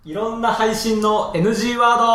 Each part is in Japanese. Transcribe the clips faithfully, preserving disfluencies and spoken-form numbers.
いろんな配信の エヌジー ワード。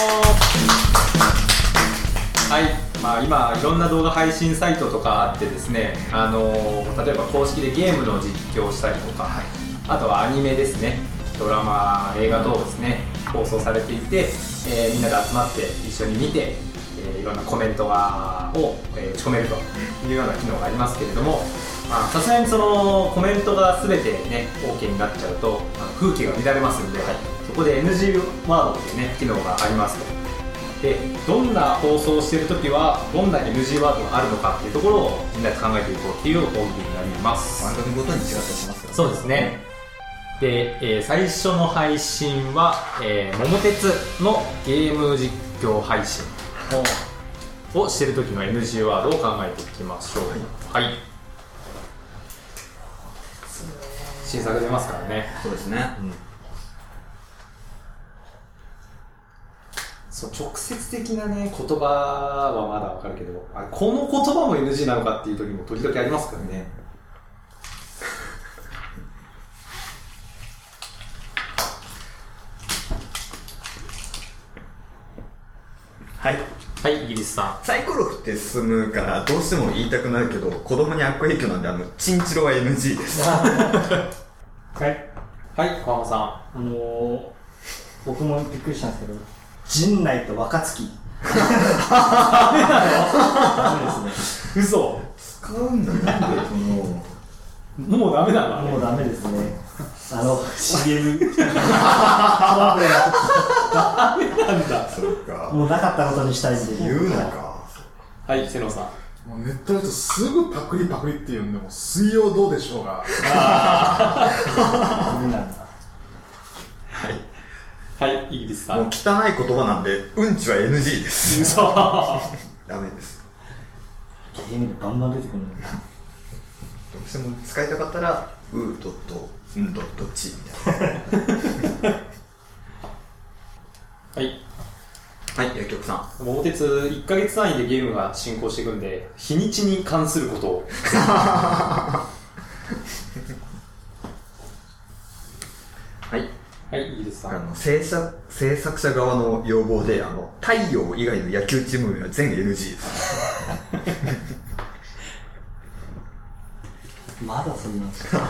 はい、まあ、今いろんな動画配信サイトとかあってですね、あのー、例えば公式でゲームの実況をしたりとか、はい、あとはアニメですね、ドラマ、映画等ですね、放送されていて、えー、みんなで集まって一緒に見て、えー、いろんなコメントがを、えー、打ち込めるというような機能がありますけれども、さすがにそのコメントが全てね OK になっちゃうと風景が乱れますので、はい、そこで エヌジー ワードというね機能がありますと。でどんな放送をしているときはどんな エヌジー ワードがあるのかっていうところをみんなで考えていこうっていう講義になります。 番組ごとに違ったりしますからね。 そうですね。で、えー、最初の配信は、えー、桃鉄のゲーム実況配信をしているときの エヌジー ワードを考えていきましょう。はい、はい、新作出ますからね。 そうですね、うん、 そう直接的なね言葉はまだわかるけど、あこの言葉も エヌジー なのかっていう時も時々ありますからね。 はいはい、イギリスさん。 サイコロ振って進むからどうしても言いたくなるけど、子供に悪影響なんで、あのチンチロは エヌジー ですはいはい川間さん。 あのー、僕もびっくりしたんですけど、陣内と若月ダメですね。 嘘使うんだ。なんでそのもうダメだな。 もうダメですね。あの シーエム ダメなんだ。 そうか、 もうなかったことにしたいんで言うのか。 はい、瀬野さん。 もうネットだとすぐパクリパクリって言うんで、も水曜どうでしょうが。 ダメなんだ。 はいはい、イギリスさん。 もう汚い言葉なんで、うんちは エヌジー です。 嘘ダメです。 ゲームでバンバン出てくるの。 どうしても使いたかったら、うードット、んドットちみたいな。 はい。 はい、薬局さん。 桃鉄いっかげつ単位でゲームが進行していくんで、日にちに関することを。 はい。 はい、いいですか。 あの制作制作者側の要望で、あの太陽以外の野球チームは全 エヌジー です。 まだそんなんですか。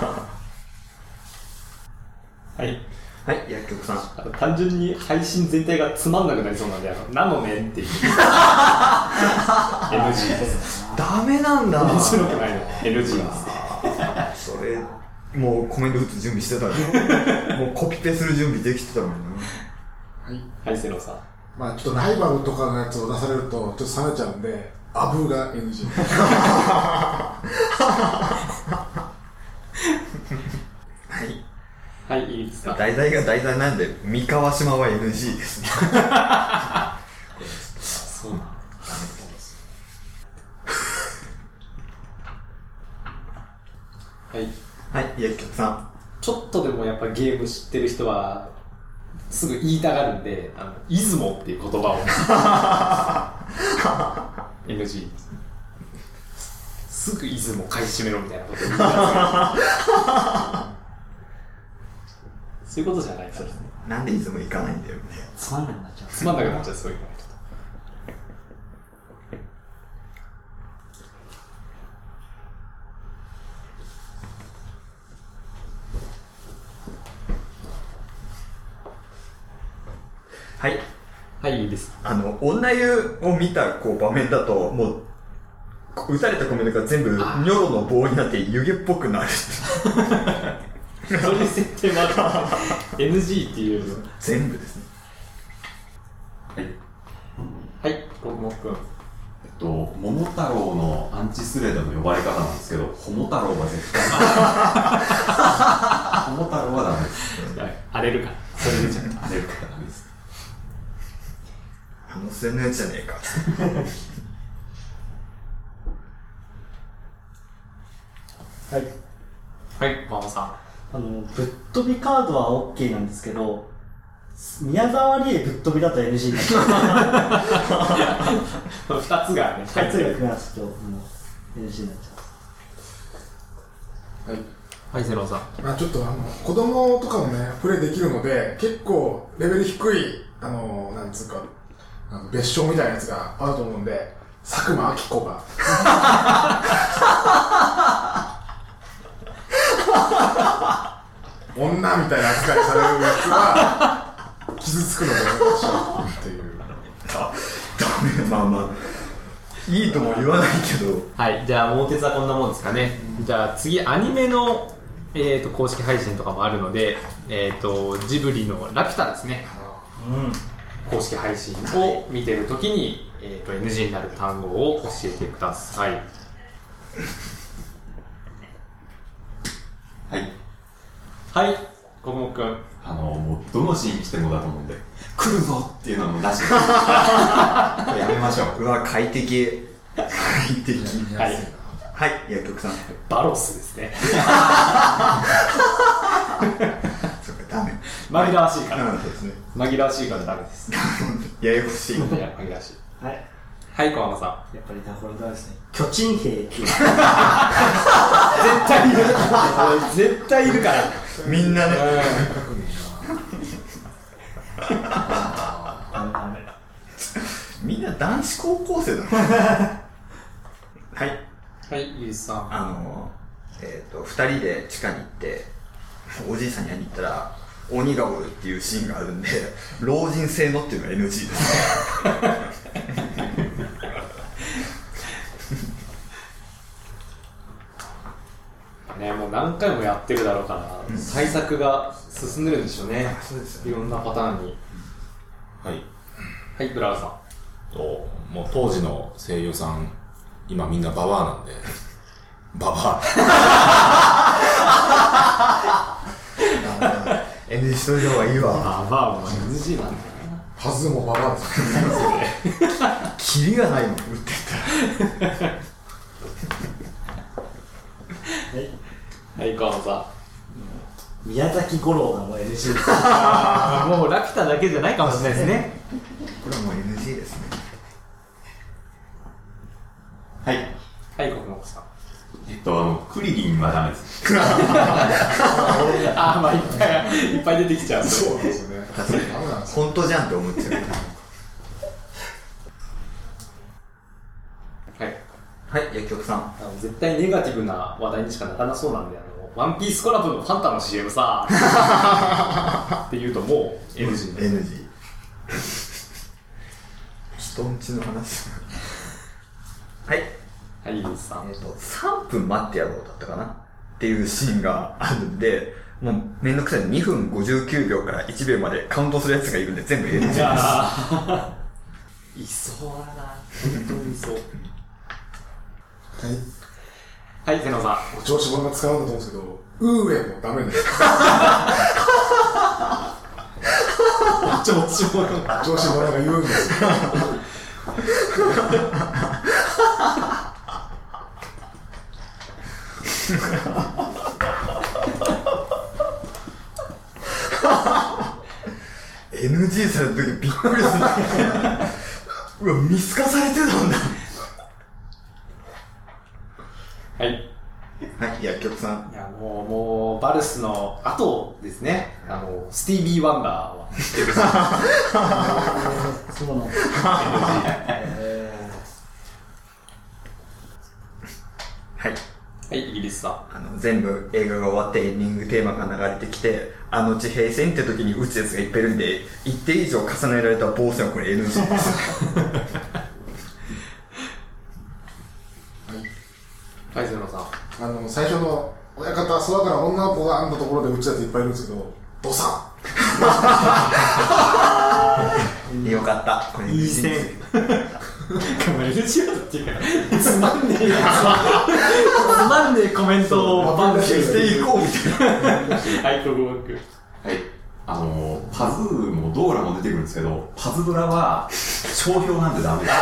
はい。 はい、薬局さん。 あの単純に配信全体がつまんなくなりそうなんで、あのなのねんっていう エヌジー です。 ダメなんだ。 面白くないの エヌジー です。 それもうコメント打つ準備してたの。もうコピペする準備できてたのにな。 はい。 はい、瀬野さん。 まあちょっとライバルとかのやつを出されるとちょっと冷めちゃうんで、アブが エヌジー。 はい。 はい、いいですか。 題材が題材なんで、三河島は エヌジー ですね。 そうなんだ。はい。 はい、薬局さん。 ちょっとでもやっぱゲーム知ってる人はすぐ言いたがるんで、あの出雲っていう言葉をエヌジー すぐ出雲買い占めろみたいなこと言うやつそういうことじゃないからね。 なんで出雲行かないんだよね。 つまんなくなっちゃう。 つまんなくなっちゃう、そういうの。 はい。 はい、いいです。 あの、女湯を見たこう場面だと、もう、打たれたコメントが全部、ニョロの棒になって湯気っぽくなる。 そういう設定もあるからね。エヌジー っていう。 全部ですね。 はい。はい、国木くん。 えっと、桃太郎のアンチスレでの呼ばれ方なんですけど、桃太郎は絶対桃太郎はダメです。 はい、荒れるから。それ出ちゃう。 荒れるからダメです。 あのせのやつじゃねえか。 はい。 はい、ママさん。 あの、ぶっ飛びカードは OK なんですけど、宮沢りえぶっ飛びだと エヌジー になっちゃう。 二つがね、 二つが組み合わせると、もう エヌジー になっちゃう。 はい。 はい、ゼロさん。 まあちょっとあの、子供とかもね、プレイできるので、結構レベル低い、あの、なんつうか、あの別称みたいなやつがあると思うんで、佐久間明子が。女みたいな扱いされるやつは、傷つくのがやめてほしいっていう。 ダメ、まあまあ。いいとも言わないけど。 はい、じゃあ、桃鉄はこんなもんですかね。じゃあ、次、アニメの、えー、と公式配信とかもあるので、えー、とジブリのラピュタですね。 うん。 公式配信を見てるときに、えー、と エヌジー になる単語を教えてください。 はい。 はい、国木くん。 あの、もうどのシーン来てもだと思うんで、来るぞっていうのはもうなしでやめましょう。 うわ、快適。快適。 はい。 はい、薬局さん。 バロスですね。 そっか、ダメ。 紛らわしいから。 そうですね。 紛らわしいからダメです。 ややこしい。 いや、紛らわしい。 はい。 はい、小浜さん。 やっぱりだからだですね。巨珍兵器。 絶対いる。絶対いるから。 みんなね。みんな男子高校生だな。はい。 はい、ゆうさん。 あの、えっと、二人で地下に行って、おじいさんに会いに行ったら、鬼がおるっていうシーンがあるんで、老人性のっていうのが エヌジー ですね。 ね、もう何回もやってるだろうから、うん、対策が進んでるんでしょうね。 そうですよね。 いろんなパターンに。 はい。 はい、ブラウさん。 ともう当時の声優さん、今みんなババアなんで、ババア。 エヌジー しといた方がいいわ。 ババアも エヌジー なんだよな。 はずもババアですキリがないもん、打ってたら。 はい、川野さん。宮崎五郎がもう エヌジー です。 もうラピュタだけじゃないかもしれないですね。 これはもう エヌジー ですね。 はい。 はい、国木さん。 えっと、あの、クリリンはダメです。 あー、まあいっぱい、いっぱい出てきちゃう。 そうなんですよね。 確かに。本当じゃんって思っちゃう。 はい。 はい、薬局さん。 あの絶対ネガティブな話題にしかならなそうなんで、あの、ワンピースコラボのファンタの シーエム さ、って言うともう エヌジー。 エヌジー。人んちの話。はい。 はい、イギリスさん。 えっと、さんぷん待ってやろうだったかなっていうシーンがあるんで、もうめんどくさいにふんごじゅうきゅうびょうからいちびょうまでカウントするやつがいるんで全部 エヌジー です。 いそうだな。本当にいそう。 はい。 はい、ゼノさん。 お調子者が使うんだと思うんですけど、ウーエもダメです。 調子者が。調子者が言うんですよ。 エヌジー された時びっくりする。うわ、見透かされてたんだ。 はい。 はい、薬局さん。 いや、もう、もう、バルスの後ですね。あの、スティービー・ワンダーは。 そうなんです。 はい。 はい、イギリスさん。 あの、全部映画が終わってエンディングテーマが流れてきて、あの地平線って時に打つやつがいっぱいいるんで、一定以上重ねられた防線はこれ エヌジー です。 はい、ゼノさん。 あの、最初の、親方、空から女の子があんなところで打つやついっぱいいるんですけど、ドサンよかった。これいい線。エヌジー だっていうか、つまんねえやつつまんねえコメントをバンしていこうみたいな。 はい、ここ僕。 はい。あの、パズーもドーラも出てくるんですけど、パズドラは商標なんでダメです。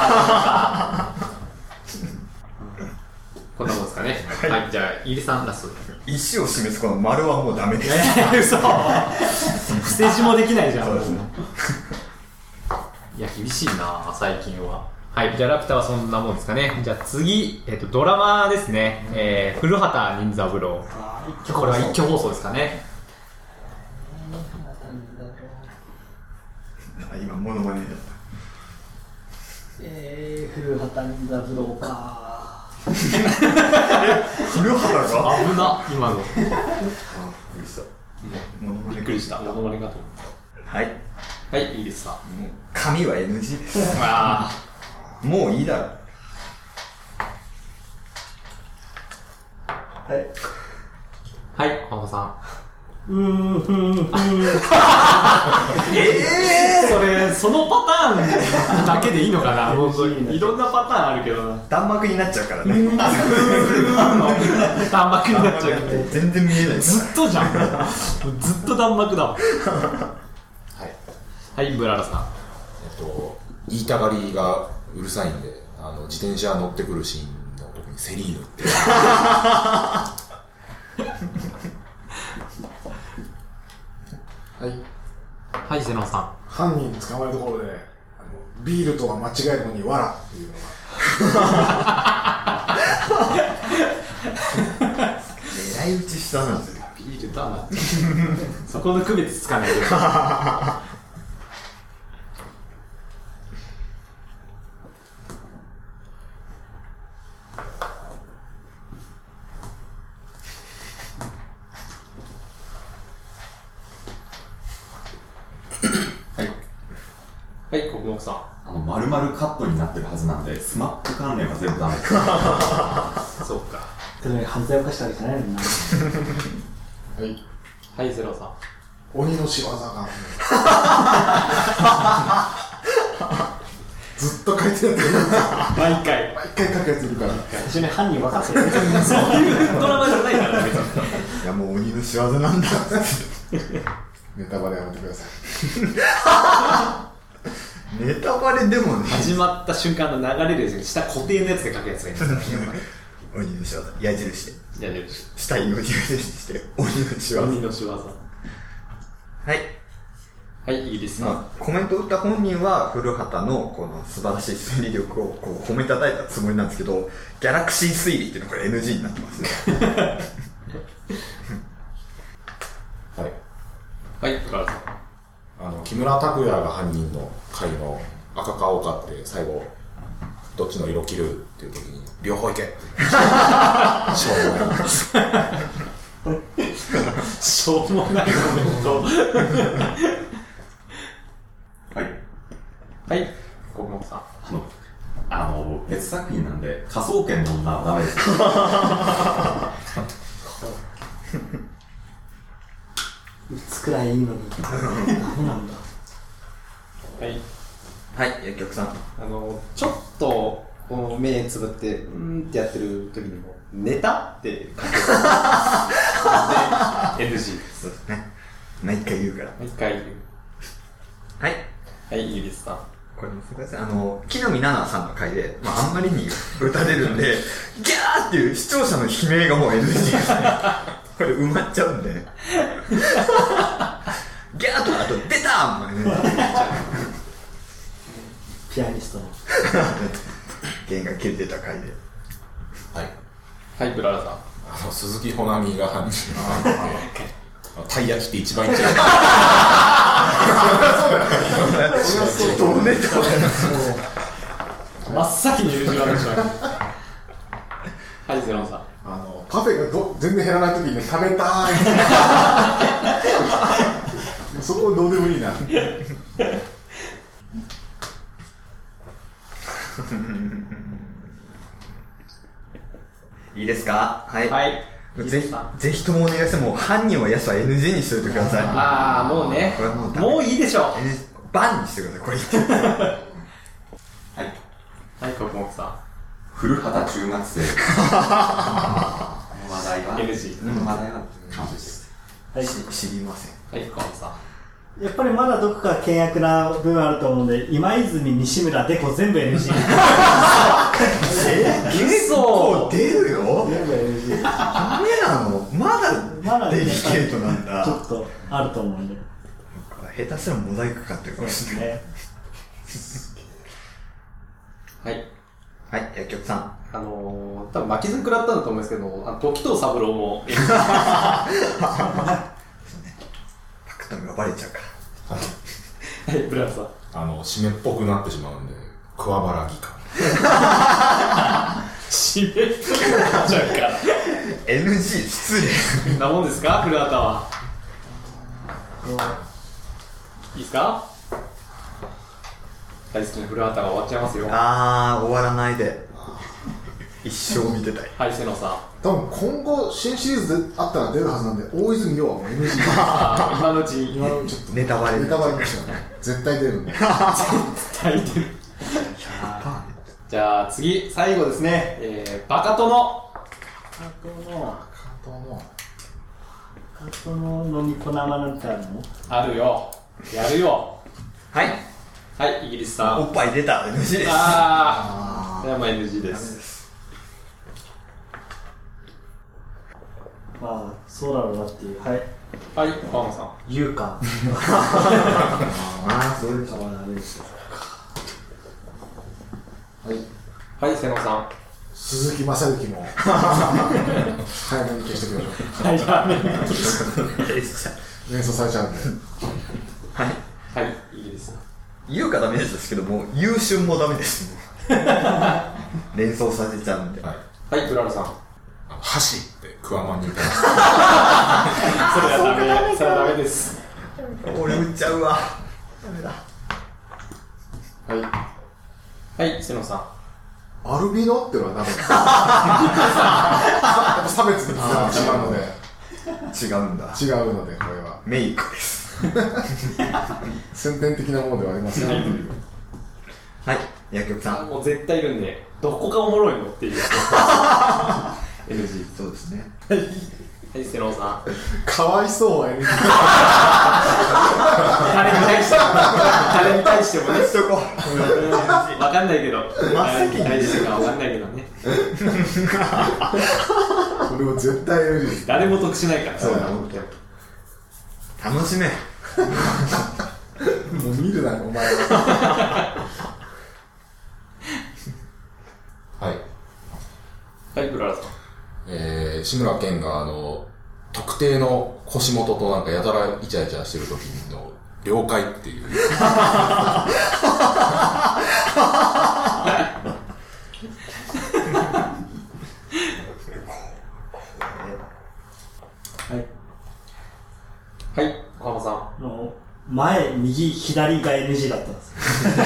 こんなもんですかね。はい、はい、じゃあ、イギリスさんラスト。 意思を示すこの丸はもうダメです。 嘘伏せ字もできないじゃん。いや、厳しいな、最近は。 はい、じゃあラピュタはそんなもんですかね。じゃあ次、えっとドラマですね。えー、古畑任三郎。これは一挙放送ですかね。 今モノマネだった。 えー、古畑任三郎か。 古畑が危な、今の。 びっくりした。モノマネびっくりした。モノマネかと思った。 はい。 はい、いいですか。 もう髪は エヌジー です。 あもういいだろ。 はい。 はい、浜さん。 うーん、ふん、ふん。 えそれ、そのパターンだけでいいのかな。本当にいろんなパターンあるけどな。 ー、弾幕になっちゃうからね。 弾幕になっちゃう。 全然見えない。 ずっとじゃん。ずっと弾幕だもん。 はい。 はい、ブララさん。 えっと、言いたがりがうるさいんで、あの、自転車乗ってくるシーンの時にセリーヌっていう。 はい。 はい、瀬野さん。 犯人捕まえるところで、あのビールとは間違えるのにわらっていうのが。 狙い撃ちしたなんですよ。 ビールだな。そこの区別つかないで。はい、国木さん。 あの、丸々カットになってるはずなんで、スマップ関連は全部ダメです。 そうか。 でも犯罪を犯したわけじゃないのにな。 はい。 はい、ゼロさん。 鬼の仕業が。ずっと書いてるやついる。 毎回。 毎回書くやついるから。 最初に犯人分かってる。 そういうドラマじゃないからね。 いやもう鬼の仕業なんだ。 ネタバレやめてください。 ネタバレでもね。 始まった瞬間の流れる下固定のやつで書くやつがいるんですよ。 鬼の仕業。矢印で。 やれるし。 下に矢印して、鬼の仕業。 鬼の仕業。 はい。 はい、いいですか。 まあ、コメントを打った本人は古畑のこの素晴らしい推理力をこう褒めたたいたつもりなんですけど、ギャラクシー推理っていうのはこれ エヌジー になってますね。 はい。 はい、高原さん。 あの、木村拓哉が犯人の回の赤か青かって最後、どっちの色切るっていう時に、両方いけって。しょうもない。 しょうもないコメント。 はい。 はい、国木さん。 あの、あの、別作品なんで、科捜研の女はダメです。 いつくらいいいのに。ダメなんだ。 はい。 はい、薬局さん。 あの、ちょっと、こう目つぶって、うーんってやってる時にも、ネタって書ける。エヌジー。 そうですね。毎回言うから。 もう一回言う。 はい。 はい、いいですか。 これ見せてください。あの、木の実奈々さんの回で、まあ、あんまりに打たれるんで、ギャーっていう視聴者の悲鳴がもう エヌジー ですね。これ埋まっちゃうんで。ギャーとか、あと、出たーもね。 ピアニストの。 弦が切れてた回で。 はい。 はい、ブララさん。 あの、鈴木保奈美が犯人なんで、たい焼きって一番いいんじゃないどうねと。 真っ先に言う話だ。はい、ゼロさん。 あの、パフェがど全然減らないときにね、食べたーい。そこどうでもいいな。 いいですか？はい。 はい。 ぜひ、ぜひともお願いして、もう犯人はやすは エヌジー にしといてください。 あー、もうね。 これはもうダメもういいでしょう。 エヌジー バンにしてください、これ言って。 はい。 はい、国木さ古畑中学生。この話題はエヌジー。 この話題は完璧です。 はい。 知りません。 ん。はい、小野さん。 やっぱりまだどこか険悪な部分あると思うんで、今泉、西村、デコ全部 エヌジー。 え結構出るよ。 全部 エヌジー。 ダメなの？まだまだデリケートなんだ。 ちょっとあると思うんで。 下手したらモザイクかかってるかもしれない。 ね。 はいはい薬局さん。 あのー、多分巻きずん食らったんだと思うんですけど、あの時藤三郎もパクトミがバレちゃうかはいブラウンさん。 あの、締めっぽくなってしまうんで、桑原技官。 締めっぽくなっちゃうからエヌジー 失礼なもんですか古畑は。いいですか。大好きな古畑が終わっちゃいますよ。 あー終わらないで一生見てたい。 はい瀬野さん。 多分今後新シリーズであったら出るはずなんで、大泉洋はもう エヌジーあー今のうちに今のちょっとネタバレネタバレですよね。絶対出るんで。 絶対出る。じゃあ次最後ですね、えー、バカ殿。 あとの、 どうも。 あとの飲み粉生なんてあるの？ あるよ。やるよ。 はいはいイギリスさん。 おっぱい出た エヌジー です。 ああそれはもう エヌジー です。 まあ、そうだろうなっていう。はい。 はい河野さん。 言うか。 あーそうです。 あまあ、ダメですよ。 はい。 はい瀬野さん。 鈴木雅之も早めに消してください。 はいダメ。 連想されちゃうんで。 はいはいイギリスさん。 言うかダメですけども優春もダメです連想させちゃうんで。 はい。 はいブラウンさん。 あの箸ってクワマンに言ってます。 それはダメ。それはダメです。 俺打っちゃうわ。ダメだ。 はい。 はい瀬野さん。 アルビノっていうのはダメです。やっぱ差別になってしまうので、 違うんだ。 違うので、これは。 メイクです。 先天的なものではありません。 はい薬局さん。 もう絶対いるんで、どこがおもろいのっていう。エヌジー。 そうですね。 はい瀬野さん。 かわいそうは エヌジー。 誰に対しても誰に対してもね。 しとこう。 わかんないけど、 真っ先に誰に対してかわかんないけどね。 これは絶対 エヌジー です。 誰も得しないから。 そうだ本当に。 楽しめ。 もう見るな、お前は。 はい。 はいブラウンさん。 えー、志村けんが、あの、特定の腰元となんかやたらイチャイチャしてる時の、了解っていう。 はいはい河野さん。 あの前、右、左が エヌジー だったんですよ。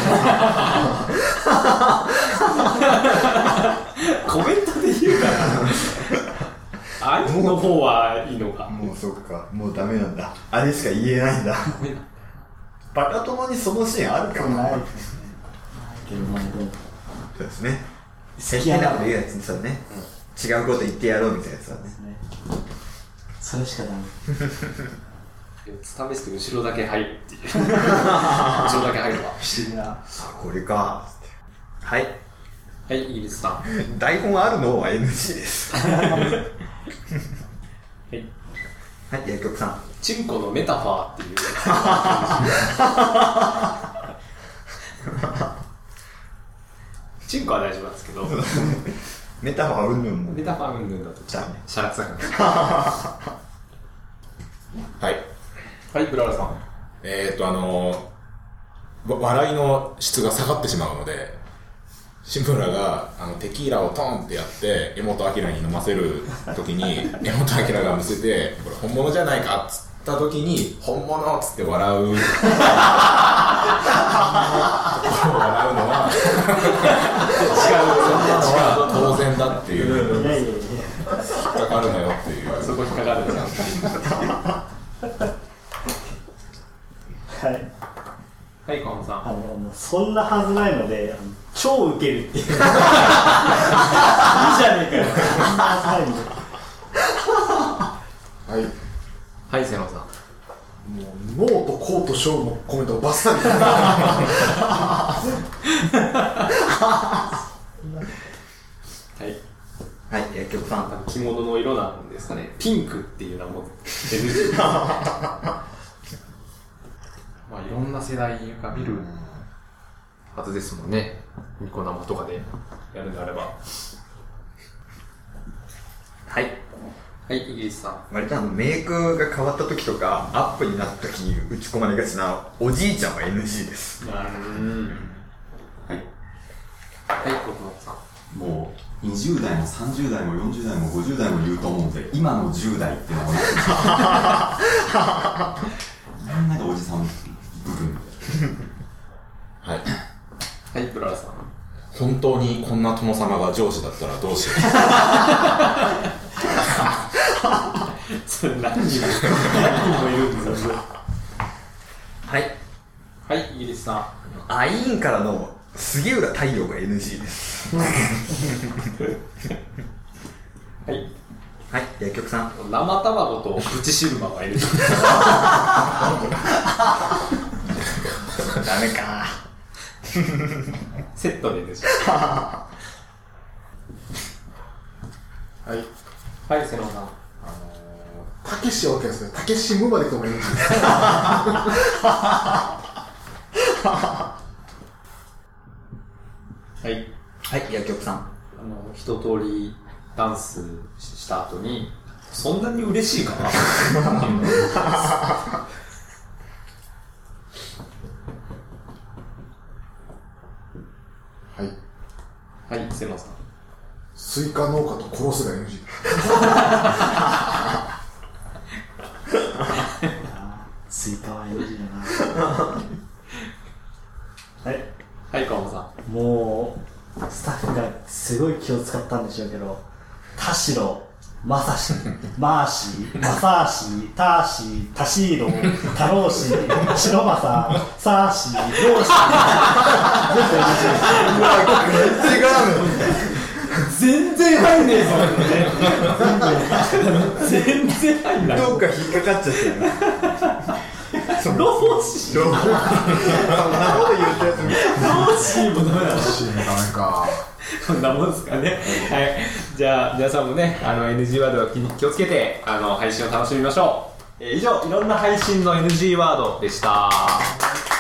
コメントで言うから兄の方はいいのか。 もうそっか。もうダメなんだ。あれしか言えないんだ。バカ友にそのシーンあるかもな。 ないですね。ないけど、まあ、でも。 そうですね。好きなこと言うやつにそうね、うん、違うこと言ってやろうみたいなやつだね。 それしかダメ。 試して後ろだけ入るっていう。後ろだけ入るわ。 不思議な。 さあ、これか。はい。 はい、イギリスさん。 台本あるのは エヌジー です。はい。はい、薬局さん。 チンコのメタファーっていう。チンコは大丈夫なんですけど。 メタファーうんぬんも。 メタファーうんぬんだと。 じゃあね。 シャラツだから。 はい。 はい、ブラウラさん。 えーと、あのー、笑いの質が下がってしまうので、志村があのテキーラをトンってやって柄本明に飲ませるときに柄本明がむせてこれ本物じゃないかっつったときに本物っつって笑うところを笑うのは違う当然だっていういやいやいや引っかかるのよっていうそこ引っかかるんだはい。 はい河野さん。 あのもうそんなはずないので、あの超ウケるっていう。いいじゃねえかよ。そんなはずないんで。 はい。 はい瀬野さん。 もう、ノーとコーとショーのコメントがバッサリ。 はいはい、薬局さん。 着物の色なんですかね。ピンクっていうのはもう エヌジー まあいろんな世代が見るはずですもんね。ニコ生とかでやるんであれば。 はい。 はい、イギリスさん。 割とあのメイクが変わった時とか、アップになった時に打ち込まれがちなおじいちゃんは エヌジー です。 うん。 はい。 はい、僕もさん。 もう、にじゅう代もさんじゅう代もよんじゅう代もごじゅう代も言うと思うんで、今のじゅう代っていうのがなんかおじさん部分。 はい。 はい、ブララさん。 本当にこんな殿様が上司だったらどうしよう。 それ何人も何人もいるんですよ。 はい。 はい、イギリスさん。 アイーンからの杉浦太陽が エヌジー です。 はい。 はい、薬局さん。 生卵とプチシルマがいる。 ダメか。 セットでです。 はい。 はい、セロさん。 たけしは OK ですね。たけしムまで来ても エヌジー です。 はい。 はい、薬局さん。 あの、一通りダンスした後に、そんなに嬉しいかなはい。 はい、セロさん。 スイカ農家と殺すが エヌジー。 スイカは エヌジー だな。はい。 はい、川本さん。 もう、スタッフがすごい気を使ったんでしょうけど、田代、まさし、マーシー、まさーしー、ターシー、タシーロ、タローシー、白まさ、サーシー、ローシー。全部 エヌジー です。うわ、 違う。 全然入んねえぞ。全然入んない。 どっか引っかかっちゃってるな。 ローシー。 ローシー。そんなこと言ったやつ見た。 ローシーもダメだ。 ダメか。 そんなもんですかね。はい。じゃあ、皆さんもね、あの、エヌジー ワードは気をつけて、あの、配信を楽しみましょう。えー、以上、いろんな配信の エヌジー ワードでした。